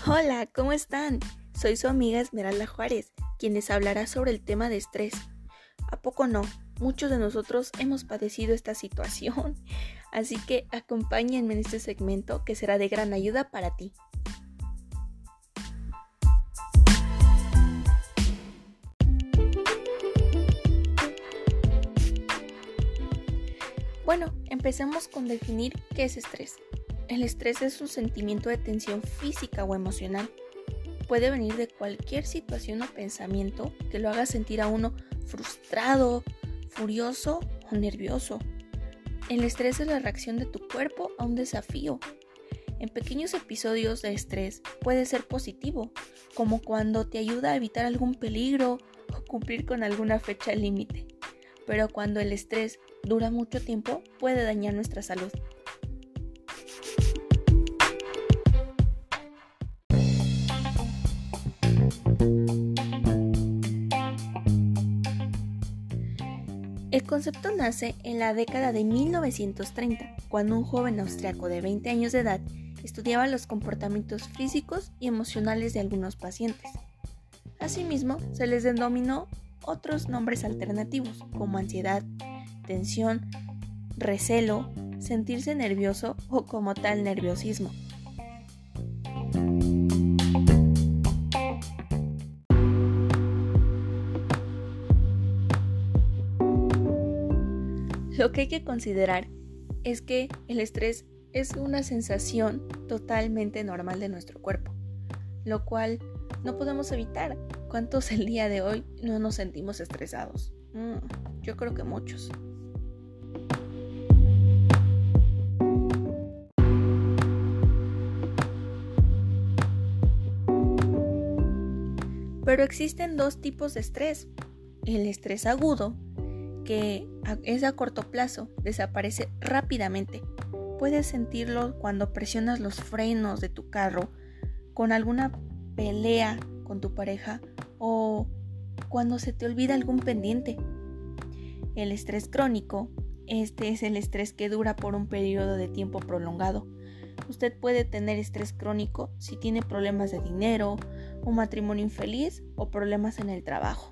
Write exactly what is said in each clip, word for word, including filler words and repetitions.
Hola, ¿cómo están? Soy su amiga Esmeralda Juárez, quien les hablará sobre el tema de estrés. ¿A poco no? Muchos de nosotros hemos padecido esta situación, así que acompáñenme en este segmento que será de gran ayuda para ti. Bueno, empecemos con definir qué es estrés. El estrés es un sentimiento de tensión física o emocional. Puede venir de cualquier situación o pensamiento que lo haga sentir a uno frustrado, furioso o nervioso. El estrés es la reacción de tu cuerpo a un desafío. En pequeños episodios de estrés puede ser positivo, como cuando te ayuda a evitar algún peligro o cumplir con alguna fecha límite. Pero cuando el estrés dura mucho tiempo, puede dañar nuestra salud. El concepto nace en la década de mil novecientos treinta, cuando un joven austriaco de veinte años de edad estudiaba los comportamientos físicos y emocionales de algunos pacientes. Asimismo, se les denominó otros nombres alternativos, como ansiedad, tensión, recelo, sentirse nervioso o como tal nerviosismo. Lo que hay que considerar es que el estrés es una sensación totalmente normal de nuestro cuerpo, lo cual no podemos evitar. ¿Cuántos el día de hoy no nos sentimos estresados? Mm, yo creo que muchos. Pero existen dos tipos de estrés. El estrés agudo, que es a corto plazo, desaparece rápidamente. Puedes sentirlo cuando presionas los frenos de tu carro, con alguna pelea con tu pareja o cuando se te olvida algún pendiente. El estrés crónico, este es el estrés que dura por un periodo de tiempo prolongado. Usted puede tener estrés crónico si tiene problemas de dinero, un matrimonio infeliz o problemas en el trabajo.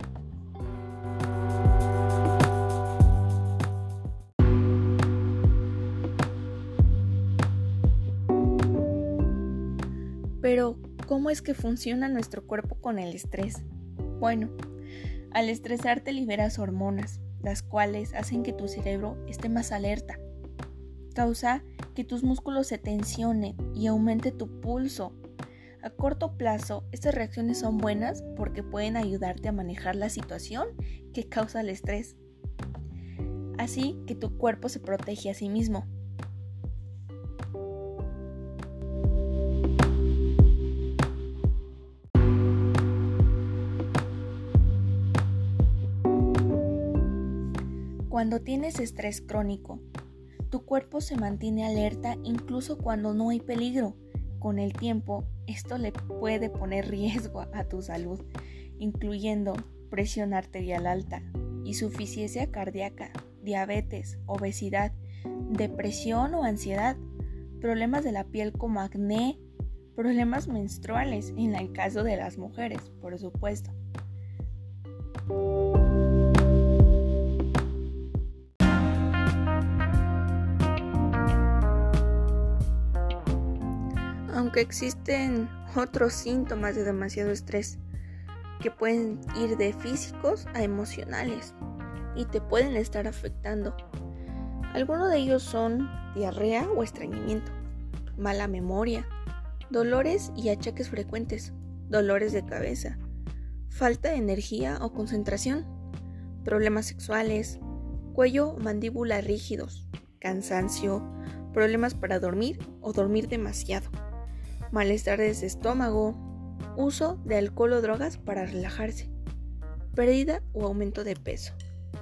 Pero, ¿cómo es que funciona nuestro cuerpo con el estrés? Bueno, al estresarte liberas hormonas, las cuales hacen que tu cerebro esté más alerta. Causa que tus músculos se tensionen y aumente tu pulso. A corto plazo, estas reacciones son buenas porque pueden ayudarte a manejar la situación que causa el estrés. Así que tu cuerpo se protege a sí mismo. Cuando tienes estrés crónico, tu cuerpo se mantiene alerta incluso cuando no hay peligro. Con el tiempo, esto le puede poner riesgo a tu salud, incluyendo presión arterial alta, insuficiencia cardíaca, diabetes, obesidad, depresión o ansiedad, problemas de la piel como acné, problemas menstruales en el caso de las mujeres, por supuesto. Aunque existen otros síntomas de demasiado estrés que pueden ir de físicos a emocionales y te pueden estar afectando. Algunos de ellos son diarrea o estreñimiento, mala memoria, dolores y achaques frecuentes, dolores de cabeza, falta de energía o concentración, problemas sexuales, cuello o mandíbula rígidos, cansancio, problemas para dormir o dormir demasiado, malestar de estómago, uso de alcohol o drogas para relajarse, pérdida o aumento de peso.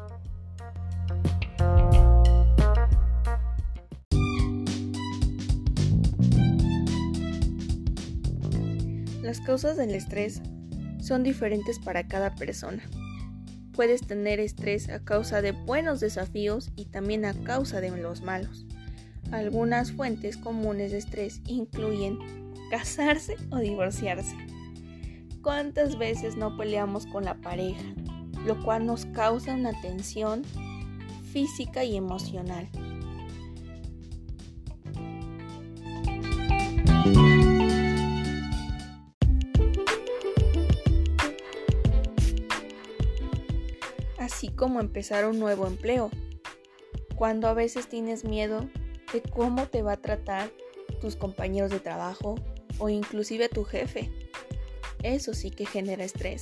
Las causas del estrés son diferentes para cada persona. Puedes tener estrés a causa de buenos desafíos y también a causa de los malos. Algunas fuentes comunes de estrés incluyen casarse o divorciarse. ¿Cuántas veces no peleamos con la pareja, lo cual nos causa una tensión física y emocional? Así como empezar un nuevo empleo, cuando a veces tienes miedo de cómo te va a tratar tus compañeros de trabajo o inclusive tu jefe. Eso sí que genera estrés.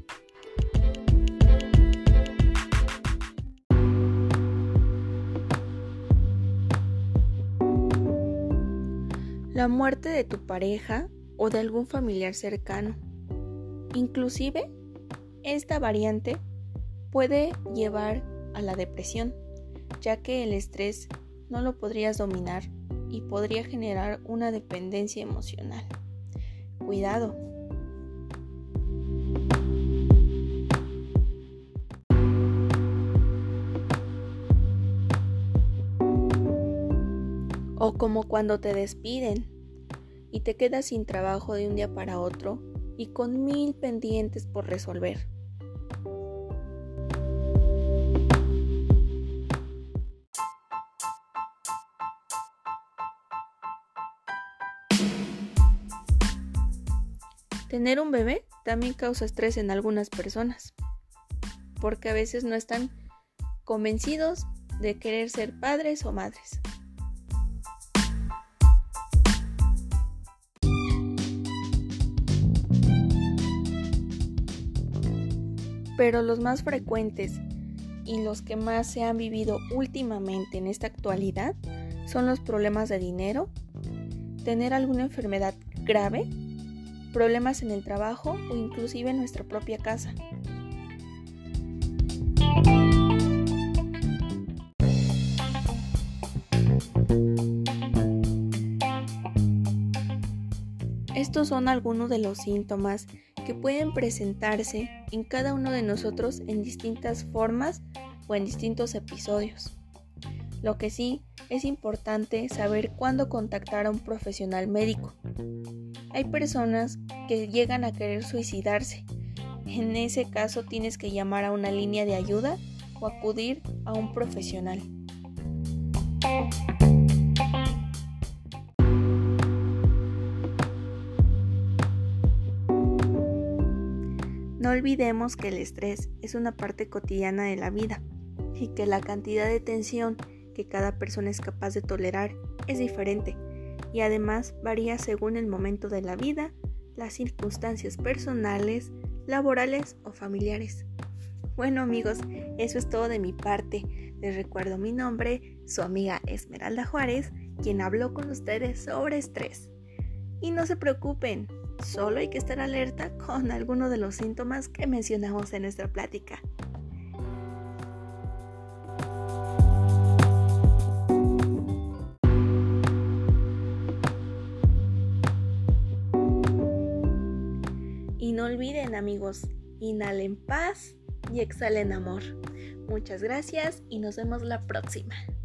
La muerte de tu pareja o de algún familiar cercano. Inclusive, esta variante puede llevar a la depresión, ya que el estrés no lo podrías dominar y podría generar una dependencia emocional. Cuidado. O como cuando te despiden y te quedas sin trabajo de un día para otro y con mil pendientes por resolver. Tener un bebé también causa estrés en algunas personas, porque a veces no están convencidos de querer ser padres o madres. Pero los más frecuentes y los que más se han vivido últimamente en esta actualidad son los problemas de dinero, tener alguna enfermedad grave, problemas en el trabajo o inclusive en nuestra propia casa. Estos son algunos de los síntomas que pueden presentarse en cada uno de nosotros en distintas formas o en distintos episodios. Lo que sí es importante saber cuándo contactar a un profesional médico. Hay personas que llegan a querer suicidarse. En ese caso tienes que llamar a una línea de ayuda o acudir a un profesional. No olvidemos que el estrés es una parte cotidiana de la vida y que la cantidad de tensión que cada persona es capaz de tolerar es diferente y además varía según el momento de la vida, las circunstancias personales, laborales o familiares. Bueno amigos, eso es todo de mi parte. Les recuerdo mi nombre, su amiga Esmeralda Juárez, quien habló con ustedes sobre estrés. Y no se preocupen, solo hay que estar alerta con alguno de los síntomas que mencionamos en nuestra plática. Y no olviden amigos, inhalen paz y exhalen amor. Muchas gracias y nos vemos la próxima.